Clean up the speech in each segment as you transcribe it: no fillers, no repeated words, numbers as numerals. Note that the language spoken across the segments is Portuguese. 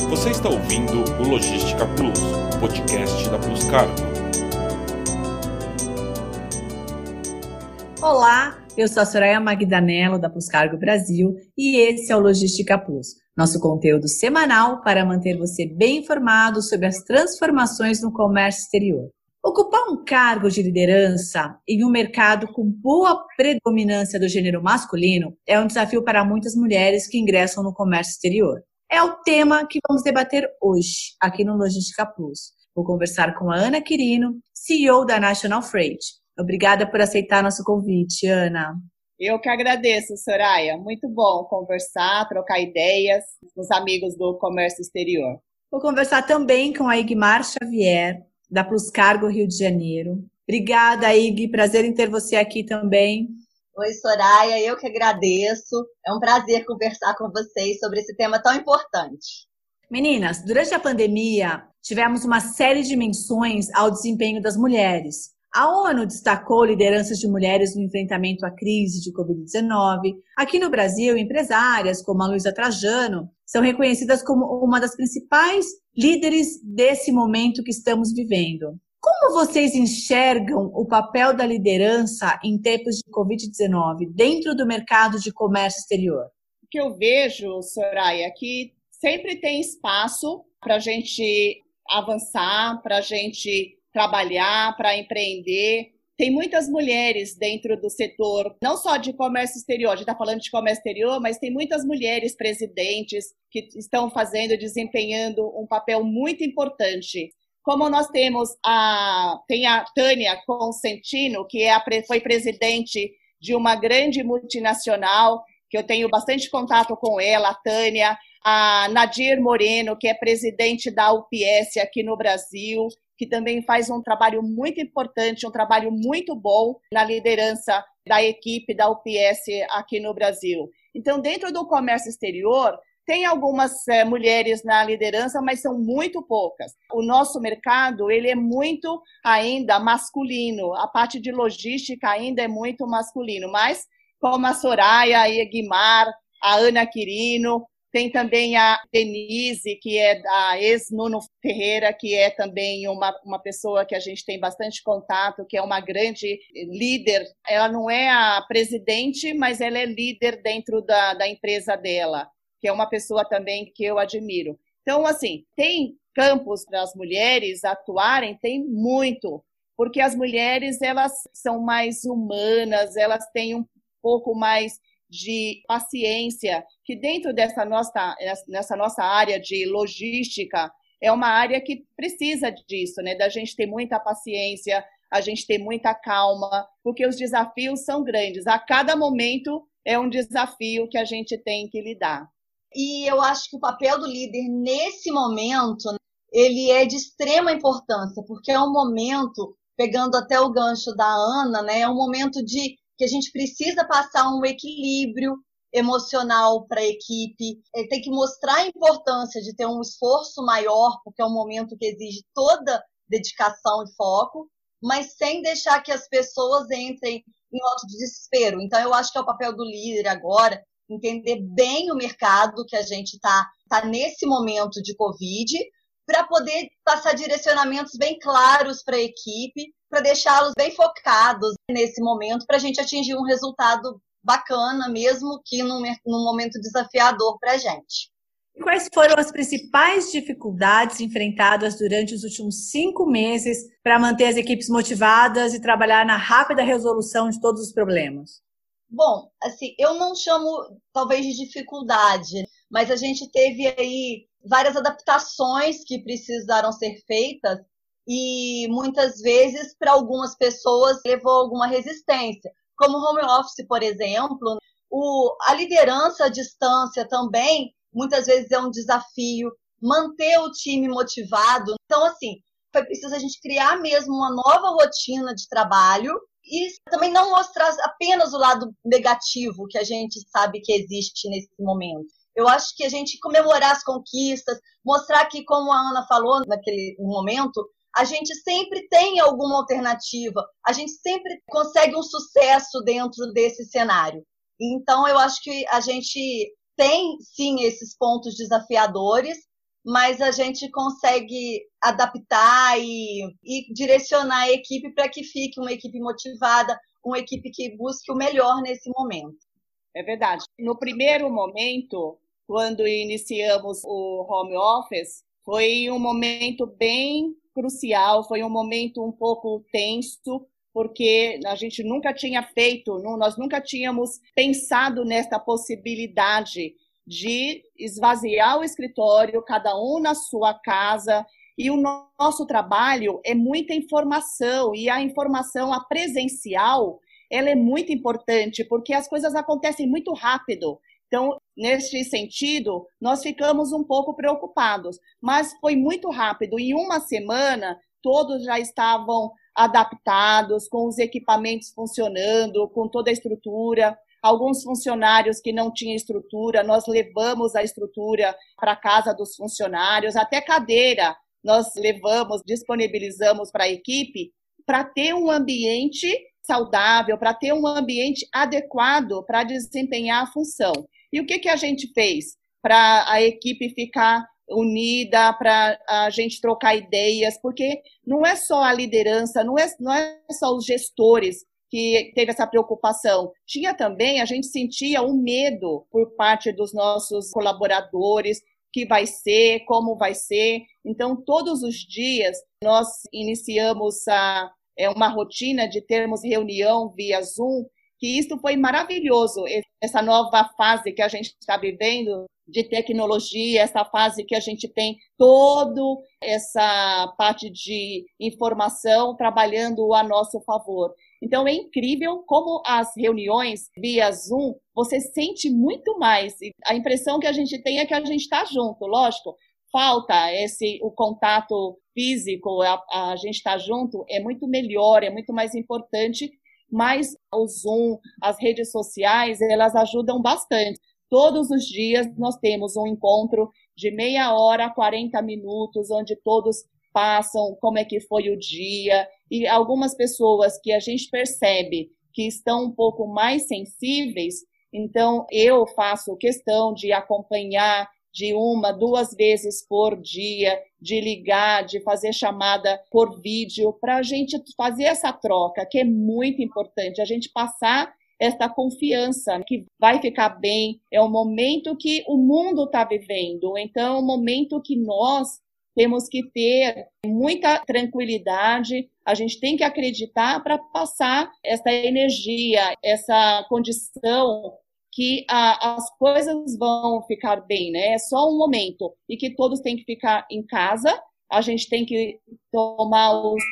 Você está ouvindo o Logística Plus, podcast da Plus Cargo. Olá, eu sou a Soraya Magdanello da Plus Cargo Brasil e esse é o Logística Plus, nosso conteúdo semanal para manter você bem informado sobre as transformações no comércio exterior. Ocupar um cargo de liderança em um mercado com boa predominância do gênero masculino é um desafio para muitas mulheres que ingressam no comércio exterior. É o tema que vamos debater hoje, aqui no Logística Plus. Vou conversar com a Ana Quirino, CEO da National Freight. Obrigada por aceitar nosso convite, Ana. Eu que agradeço, Soraya. Muito bom conversar, trocar ideias com os amigos do comércio exterior. Vou conversar também com a Igmar Xavier, da Plus Cargo Rio de Janeiro. Obrigada, Ig. Prazer em ter você aqui também. Oi, Soraya. Eu que agradeço. É um prazer conversar com vocês sobre esse tema tão importante. Meninas, durante a pandemia, tivemos uma série de menções ao desempenho das mulheres. A ONU destacou lideranças de mulheres no enfrentamento à crise de Covid-19. Aqui no Brasil, empresárias como a Luísa Trajano são reconhecidas como uma das principais líderes desse momento que estamos vivendo. Como vocês enxergam o papel da liderança em tempos de Covid-19 dentro do mercado de comércio exterior? O que eu vejo, Soraya, é que sempre tem espaço para a gente avançar, para a gente trabalhar, para empreender. Tem muitas mulheres dentro do setor, não só de comércio exterior, a gente está falando de comércio exterior, mas tem muitas mulheres presidentes que estão desempenhando um papel muito importante. Como nós temos tem a Tânia Consentino, que foi presidente de uma grande multinacional, que eu tenho bastante contato com ela, a Tânia, a Nadir Moreno, que é presidente da UPS aqui no Brasil, que também faz um trabalho muito importante, um trabalho muito bom na liderança da equipe da UPS aqui no Brasil. Então, dentro do comércio exterior, tem algumas mulheres na liderança, mas são muito poucas. O nosso mercado, ele é muito ainda masculino. A parte de logística ainda é muito masculino. Mas, como a Soraya, a Egmar, a Ana Quirino, tem também a Denise, que é da ex-Nuno Ferreira, que é também uma pessoa que a gente tem bastante contato, que é uma grande líder. Ela não é a presidente, mas ela é líder dentro da empresa dela, que é uma pessoa também que eu admiro. Então, assim, tem campos para as mulheres atuarem? Tem muito, porque as mulheres, elas são mais humanas, elas têm um pouco mais de paciência, que dentro nessa nossa área de logística, é uma área que precisa disso, né? Da gente ter muita paciência, a gente ter muita calma, porque os desafios são grandes. A cada momento é um desafio que a gente tem que lidar. E eu acho que o papel do líder nesse momento, ele é de extrema importância, porque é um momento, pegando até o gancho da Ana, né? É um momento que a gente precisa passar um equilíbrio emocional para a equipe, tem que mostrar a importância de ter um esforço maior, porque é um momento que exige toda dedicação e foco, mas sem deixar que as pessoas entrem em autodesespero. Então, eu acho que é o papel do líder agora, entender bem o mercado que a gente está nesse momento de Covid, para poder passar direcionamentos bem claros para a equipe, para deixá-los bem focados nesse momento, para a gente atingir um resultado bacana, mesmo que num momento desafiador para a gente. Quais foram as principais dificuldades enfrentadas durante os últimos 5 meses para manter as equipes motivadas e trabalhar na rápida resolução de todos os problemas? Bom, assim, eu não chamo talvez de dificuldade, mas a gente teve aí várias adaptações que precisaram ser feitas e muitas vezes para algumas pessoas levou alguma resistência, como home office, por exemplo. A liderança à distância também muitas vezes é um desafio, manter o time motivado. Então, assim, foi preciso a gente criar mesmo uma nova rotina de trabalho e também não mostrar apenas o lado negativo que a gente sabe que existe nesse momento. Eu acho que a gente comemorar as conquistas, mostrar que, como a Ana falou naquele momento, a gente sempre tem alguma alternativa, a gente sempre consegue um sucesso dentro desse cenário. Então, eu acho que a gente tem, sim, esses pontos desafiadores, mas a gente consegue adaptar e direcionar a equipe para que fique uma equipe motivada, uma equipe que busque o melhor nesse momento. É verdade. No primeiro momento, quando iniciamos o home office, foi um momento bem crucial, foi um momento um pouco tenso, porque a gente nunca tinha feito, nós nunca tínhamos pensado nessa possibilidade de esvaziar o escritório, cada um na sua casa, e o nosso trabalho é muita informação, e a informação, a presencial, ela é muito importante, porque as coisas acontecem muito rápido. Então, nesse sentido, nós ficamos um pouco preocupados, mas foi muito rápido. Em uma semana, todos já estavam adaptados, com os equipamentos funcionando, com toda a estrutura. Alguns funcionários que não tinham estrutura, nós levamos a estrutura para a casa dos funcionários, até cadeira nós levamos, disponibilizamos para a equipe, para ter um ambiente saudável, para ter um ambiente adequado para desempenhar a função. E o que a gente fez para a equipe ficar unida, para a gente trocar ideias? Porque não é só a liderança, não é só os gestores que teve essa preocupação. Tinha também, a gente sentia um medo por parte dos nossos colaboradores, que vai ser, como vai ser. Então, todos os dias, nós iniciamos uma rotina de termos reunião via Zoom, que isso foi maravilhoso, essa nova fase que a gente está vivendo de tecnologia, essa fase que a gente tem toda essa parte de informação trabalhando a nosso favor. Então, é incrível como as reuniões via Zoom, você sente muito mais. A impressão que a gente tem é que a gente está junto, lógico. Falta o contato físico, a gente está junto, é muito melhor, é muito mais importante, mas o Zoom, as redes sociais, elas ajudam bastante. Todos os dias nós temos um encontro de meia hora, 40 minutos, onde todos passam como é que foi o dia, e algumas pessoas que a gente percebe que estão um pouco mais sensíveis, então eu faço questão de acompanhar de 1, 2 vezes por dia, de ligar, de fazer chamada por vídeo, para a gente fazer essa troca, que é muito importante, a gente passar essa confiança que vai ficar bem, é o momento que o mundo está vivendo, então é um momento que nós temos que ter muita tranquilidade, a gente tem que acreditar para passar essa energia, essa condição que as coisas vão ficar bem, né? É só um momento e que todos têm que ficar em casa, a gente tem que tomar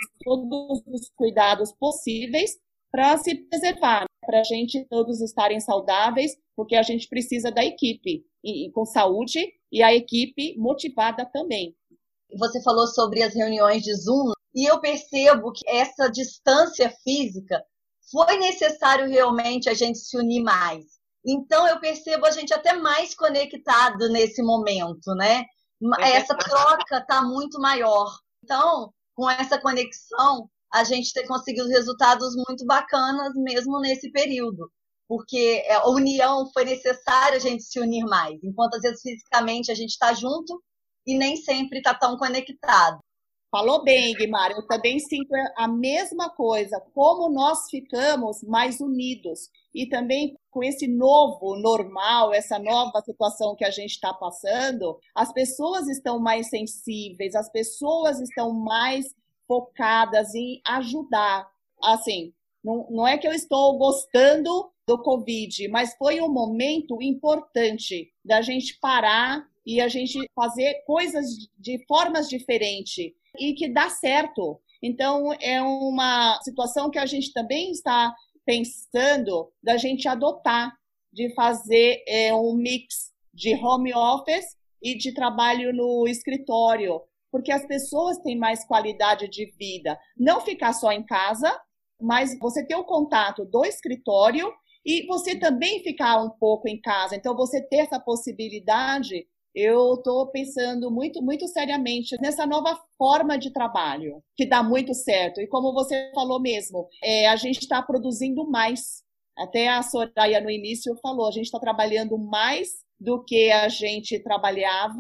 todos os cuidados possíveis para se preservar, para a gente todos estarem saudáveis, porque a gente precisa da equipe e com saúde e a equipe motivada também. Você falou sobre as reuniões de Zoom e eu percebo que essa distância física foi necessário realmente a gente se unir mais. Então eu percebo a gente até mais conectado nesse momento, né? Essa troca está muito maior. Então, com essa conexão, a gente tem conseguido resultados muito bacanas mesmo nesse período, porque a união foi necessário a gente se unir mais, enquanto às vezes fisicamente a gente está junto e nem sempre está tão conectado. Falou bem, Guimara, eu também sinto a mesma coisa, como nós ficamos mais unidos. E também com esse novo normal, essa nova situação que a gente está passando, as pessoas estão mais sensíveis, as pessoas estão mais focadas em ajudar. Assim, não é que eu estou gostando do Covid, mas foi um momento importante da gente parar e a gente fazer coisas de formas diferentes e que dá certo. Então, é uma situação que a gente também está pensando da gente adotar, de fazer um mix de home office e de trabalho no escritório, porque as pessoas têm mais qualidade de vida. Não ficar só em casa, mas você ter o contato do escritório e você também ficar um pouco em casa. Então, você ter essa possibilidade, eu estou pensando muito, muito seriamente nessa nova forma de trabalho, que dá muito certo. E como você falou mesmo, a gente está produzindo mais. Até a Soraya no início falou, a gente está trabalhando mais do que a gente trabalhava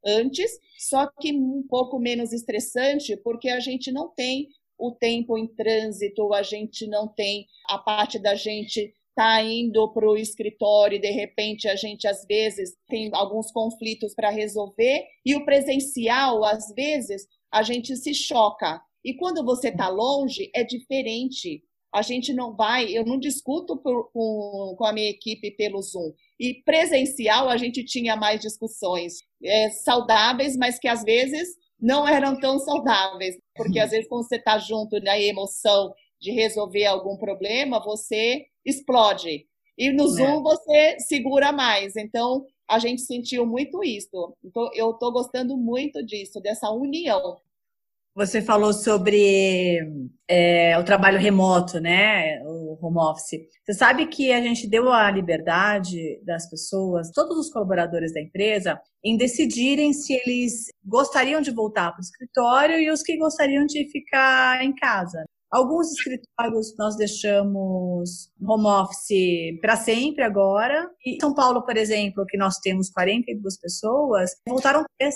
antes, só que um pouco menos estressante, porque a gente não tem o tempo em trânsito, a gente não tem a parte da gente tá indo para o escritório e, de repente, a gente, às vezes, tem alguns conflitos para resolver, e o presencial, às vezes, a gente se choca. E quando você está longe, é diferente. A gente não vai, eu não discuto com a minha equipe pelo Zoom. E presencial, a gente tinha mais discussões saudáveis, mas que, às vezes, não eram tão saudáveis. Porque, às vezes, quando você está junto na emoção de resolver algum problema, você explode. E no Zoom você segura mais. Então, a gente sentiu muito isso. Então, eu estou gostando muito disso, dessa união. Você falou sobre o trabalho remoto, né? O home office. Você sabe que a gente deu a liberdade das pessoas, todos os colaboradores da empresa, em decidirem se eles gostariam de voltar para o escritório e os que gostariam de ficar em casa. Alguns escritórios nós deixamos home office para sempre agora. E São Paulo, por exemplo, que nós temos 42 pessoas, voltaram 3.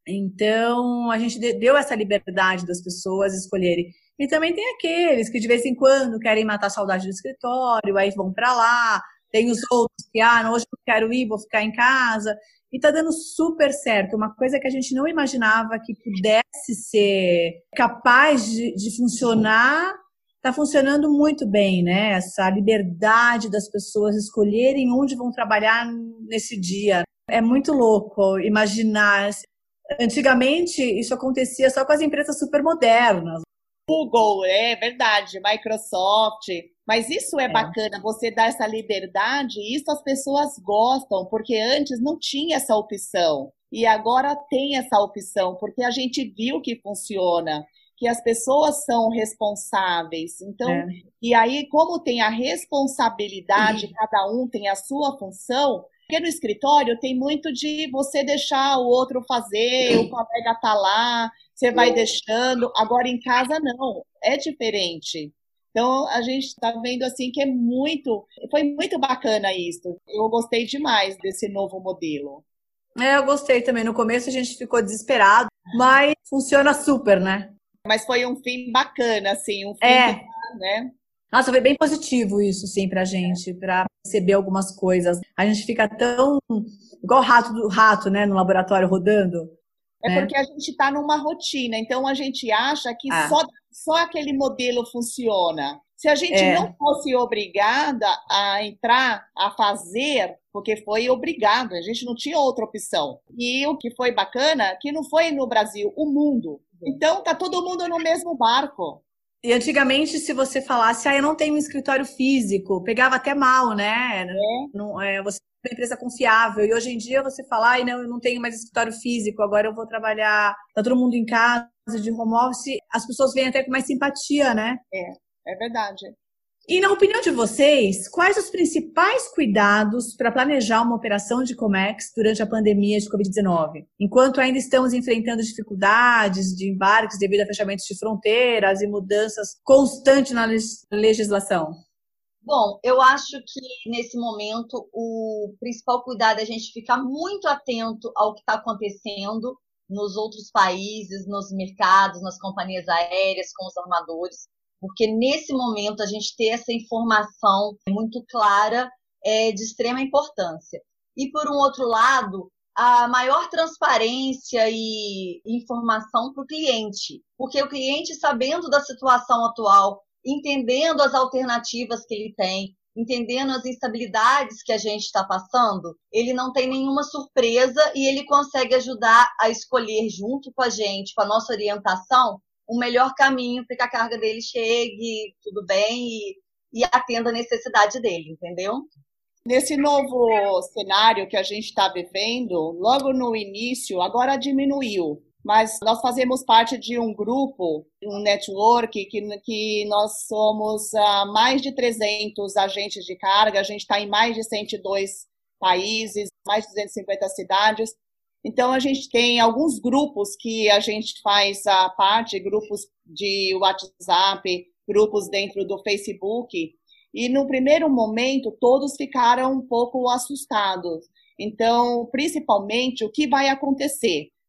Então, a gente deu essa liberdade das pessoas escolherem. E também tem aqueles que de vez em quando querem matar a saudade do escritório, aí vão para lá. Tem os outros que, hoje eu quero ir, vou ficar em casa. E tá dando super certo. Uma coisa que a gente não imaginava que pudesse ser capaz de funcionar, tá funcionando muito bem, né? Essa liberdade das pessoas escolherem onde vão trabalhar nesse dia. É muito louco imaginar. Antigamente, isso acontecia só com as empresas super modernas. Google, é verdade, Microsoft. Mas isso é bacana, você dar essa liberdade, e isso as pessoas gostam, porque antes não tinha essa opção. E agora tem essa opção, porque a gente viu que funciona, que as pessoas são responsáveis. Então, e aí, como tem a responsabilidade, cada um tem a sua função. Porque no escritório tem muito de você deixar o outro fazer, o colega tá lá, você vai deixando. Agora em casa não, é diferente. Então a gente está vendo assim que foi muito bacana isso. Eu gostei demais desse novo modelo. Eu gostei também. No começo a gente ficou desesperado, mas funciona super, né? Mas foi um fim bacana, assim, um fim né? Nossa, foi bem positivo isso, sim, pra gente, pra perceber algumas coisas. A gente fica tão igual rato, né, no laboratório rodando. É porque a gente tá numa rotina, então a gente acha que só aquele modelo funciona. Se a gente não fosse obrigada a entrar, a fazer, porque foi obrigado, a gente não tinha outra opção. E o que foi bacana, que não foi no Brasil, o mundo. Então tá todo mundo no mesmo barco. E antigamente, se você falasse, eu não tenho um escritório físico, pegava até mal, né? Você é uma empresa confiável. E hoje em dia você fala, não, eu não tenho mais escritório físico, agora eu vou trabalhar, tá todo mundo em casa, de home office, as pessoas vêm até com mais simpatia, né? É verdade. E na opinião de vocês, quais os principais cuidados para planejar uma operação de Comex durante a pandemia de Covid-19? Enquanto ainda estamos enfrentando dificuldades de embarques devido a fechamentos de fronteiras e mudanças constantes na legislação. Bom, eu acho que nesse momento o principal cuidado é a gente ficar muito atento ao que está acontecendo nos outros países, nos mercados, nas companhias aéreas, com os armadores. Porque nesse momento a gente ter essa informação muito clara é de extrema importância. E por um outro lado, a maior transparência e informação para o cliente, porque o cliente, sabendo da situação atual, entendendo as alternativas que ele tem, entendendo as instabilidades que a gente está passando, ele não tem nenhuma surpresa e ele consegue ajudar a escolher junto com a gente, com a nossa orientação, o melhor caminho para que a carga dele chegue, tudo bem, e atenda a necessidade dele, entendeu? Nesse novo cenário que a gente está vivendo, logo no início, agora diminuiu, mas nós fazemos parte de um grupo, um network, que nós somos mais de 300 agentes de carga, a gente está em mais de 102 países, mais de 250 cidades. Então, a gente tem alguns grupos que a gente faz a parte, grupos de WhatsApp, grupos dentro do Facebook, e no primeiro momento todos ficaram um pouco assustados. Então, principalmente, o que vai acontecer?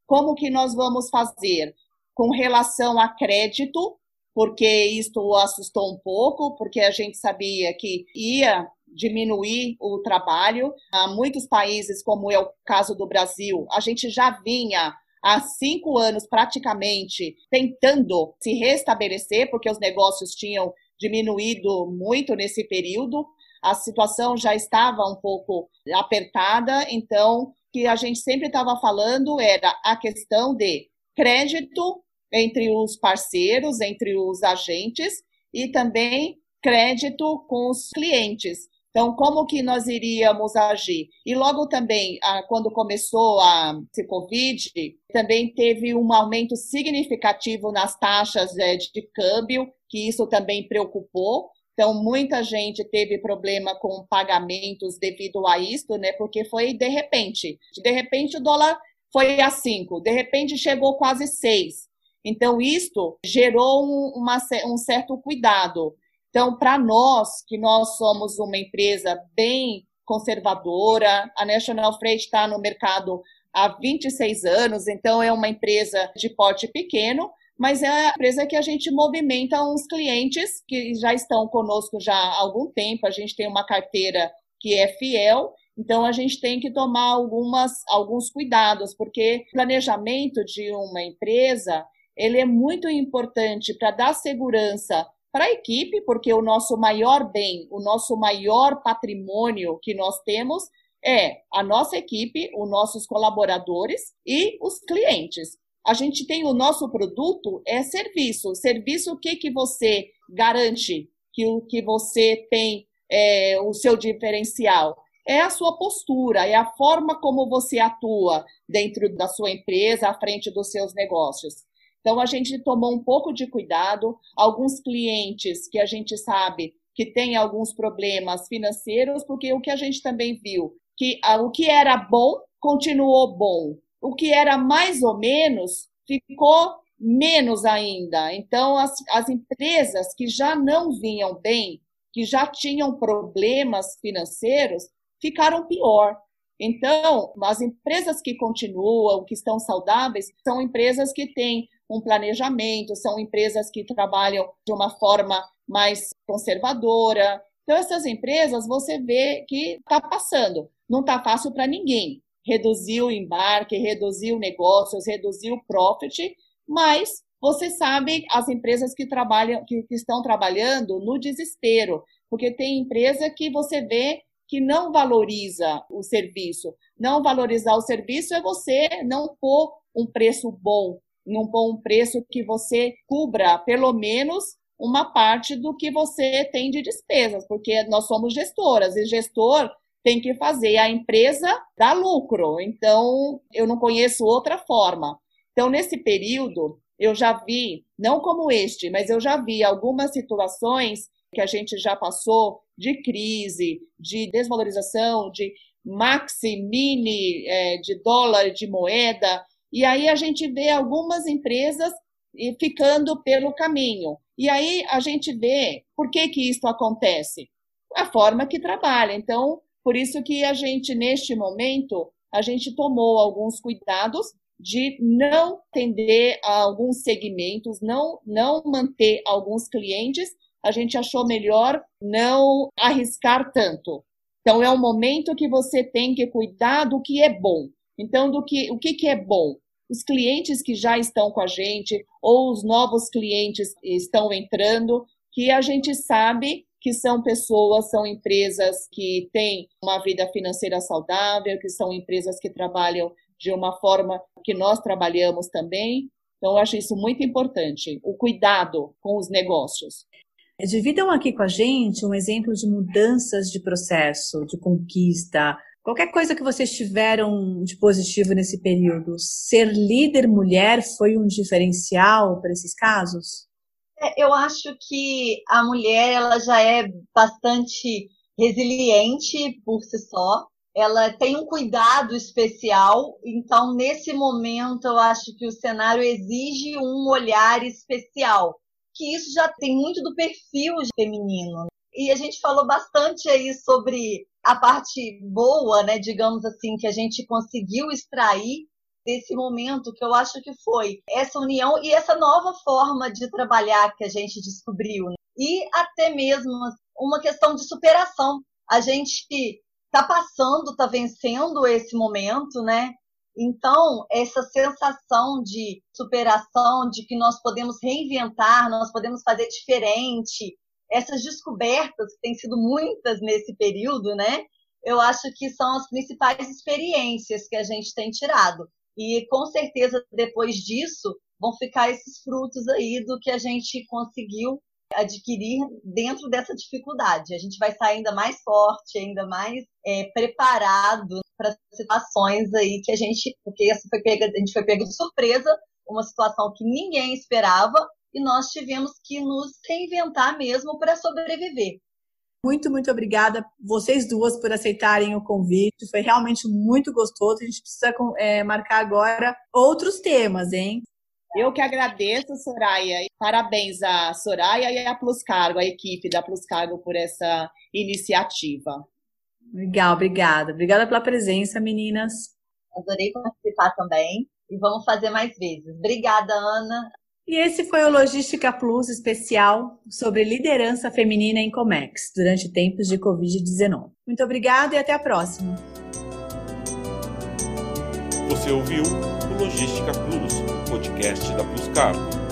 como que nós vamos fazer? Com relação a crédito, porque isto assustou um pouco, porque a gente sabia que ia diminuir o trabalho. Há muitos países, como é o caso do Brasil, a gente já vinha há 5 anos praticamente tentando se restabelecer, porque os negócios tinham diminuído muito nesse período. A situação já estava um pouco apertada, então o que a gente sempre estava falando era a questão de crédito entre os parceiros, entre os agentes e também crédito com os clientes. Então, como que nós iríamos agir? E logo também, quando começou esse Covid, também teve um aumento significativo nas taxas de câmbio, que isso também preocupou. Então, muita gente teve problema com pagamentos devido a isso, né? Porque foi de repente. De repente, o dólar foi a 5, de repente chegou quase 6. Então, isto gerou um certo cuidado. Então, para nós, que nós somos uma empresa bem conservadora, a National Freight está no mercado há 26 anos, então é uma empresa de porte pequeno, mas é a empresa que a gente movimenta uns clientes que já estão conosco já há algum tempo, a gente tem uma carteira que é fiel, então a gente tem que tomar alguns cuidados, porque o planejamento de uma empresa, ele é muito importante para dar segurança para a equipe, porque o nosso maior bem, o nosso maior patrimônio que nós temos é a nossa equipe, os nossos colaboradores e os clientes. A gente tem o nosso produto, é serviço. Serviço, o que você garante que o que você tem o seu diferencial? É a sua postura, é a forma como você atua dentro da sua empresa, à frente dos seus negócios. Então, a gente tomou um pouco de cuidado. Alguns clientes que a gente sabe que têm alguns problemas financeiros, porque o que a gente também viu, que o que era bom continuou bom. O que era mais ou menos ficou menos ainda. Então, as empresas que já não vinham bem, que já tinham problemas financeiros, ficaram pior. Então, as empresas que continuam, que estão saudáveis, são empresas que têm um planejamento, são empresas que trabalham de uma forma mais conservadora. Então, essas empresas, você vê que está passando. Não está fácil para ninguém. Reduzir o embarque, reduzir o negócios, reduzir o profit, mas você sabe as empresas que estão trabalhando no desespero, porque tem empresa que você vê que não valoriza o serviço. Não valorizar o serviço é você não pôr um preço bom, não pôr um preço que você cubra pelo menos uma parte do que você tem de despesas, porque nós somos gestoras e gestor tem que fazer a empresa dar lucro. Então, eu não conheço outra forma. Então, nesse período, eu já vi, não como este, mas eu já vi algumas situações que a gente já passou de crise, de desvalorização, de maxi, mini, de dólar, de moeda, e aí a gente vê algumas empresas ficando pelo caminho. E aí a gente vê por que isso acontece? A forma que trabalha. Então, por isso que a gente, neste momento, a gente tomou alguns cuidados de não atender a alguns segmentos, não manter alguns clientes. A gente achou melhor não arriscar tanto. Então, é um momento que você tem que cuidar do que é bom. Então, o que é bom? Os clientes que já estão com a gente ou os novos clientes estão entrando, que a gente sabe que são pessoas, são empresas que têm uma vida financeira saudável, que são empresas que trabalham de uma forma que nós trabalhamos também. Então, eu acho isso muito importante, o cuidado com os negócios. Dividam aqui com a gente um exemplo de mudanças de processo, de conquista, qualquer coisa que vocês tiveram de positivo nesse período. Ser líder mulher foi um diferencial para esses casos? Eu acho que a mulher ela já é bastante resiliente por si só. Ela tem um cuidado especial. Então, nesse momento, eu acho que o cenário exige um olhar especial. Que isso já tem muito do perfil feminino. E a gente falou bastante aí sobre a parte boa, né, digamos assim, que a gente conseguiu extrair desse momento, que eu acho que foi essa união e essa nova forma de trabalhar que a gente descobriu, né? E até mesmo uma questão de superação. A gente está passando, está vencendo esse momento, né? Então, essa sensação de superação, de que nós podemos reinventar, nós podemos fazer diferente, essas descobertas, que têm sido muitas nesse período, né? Eu acho que são as principais experiências que a gente tem tirado. E, com certeza, depois disso, vão ficar esses frutos aí do que a gente conseguiu adquirir dentro dessa dificuldade. A gente vai sair ainda mais forte, ainda mais preparado para situações aí que a gente, porque a gente foi pego de surpresa, uma situação que ninguém esperava, e nós tivemos que nos reinventar mesmo para sobreviver. Muito, muito obrigada vocês duas por aceitarem o convite. Foi realmente muito gostoso. A gente precisa marcar agora outros temas, hein? Eu que agradeço, Soraya. Parabéns a Soraya e a Pluscargo, a equipe da Pluscargo, por essa iniciativa. Legal, obrigada. Obrigada pela presença, meninas. Adorei participar também e vamos fazer mais vezes. Obrigada, Ana. E esse foi o Logística Plus especial sobre liderança feminina em Comex durante tempos de Covid-19. Muito obrigada e até a próxima. Você ouviu o Logística Plus, podcast da Pluscargo.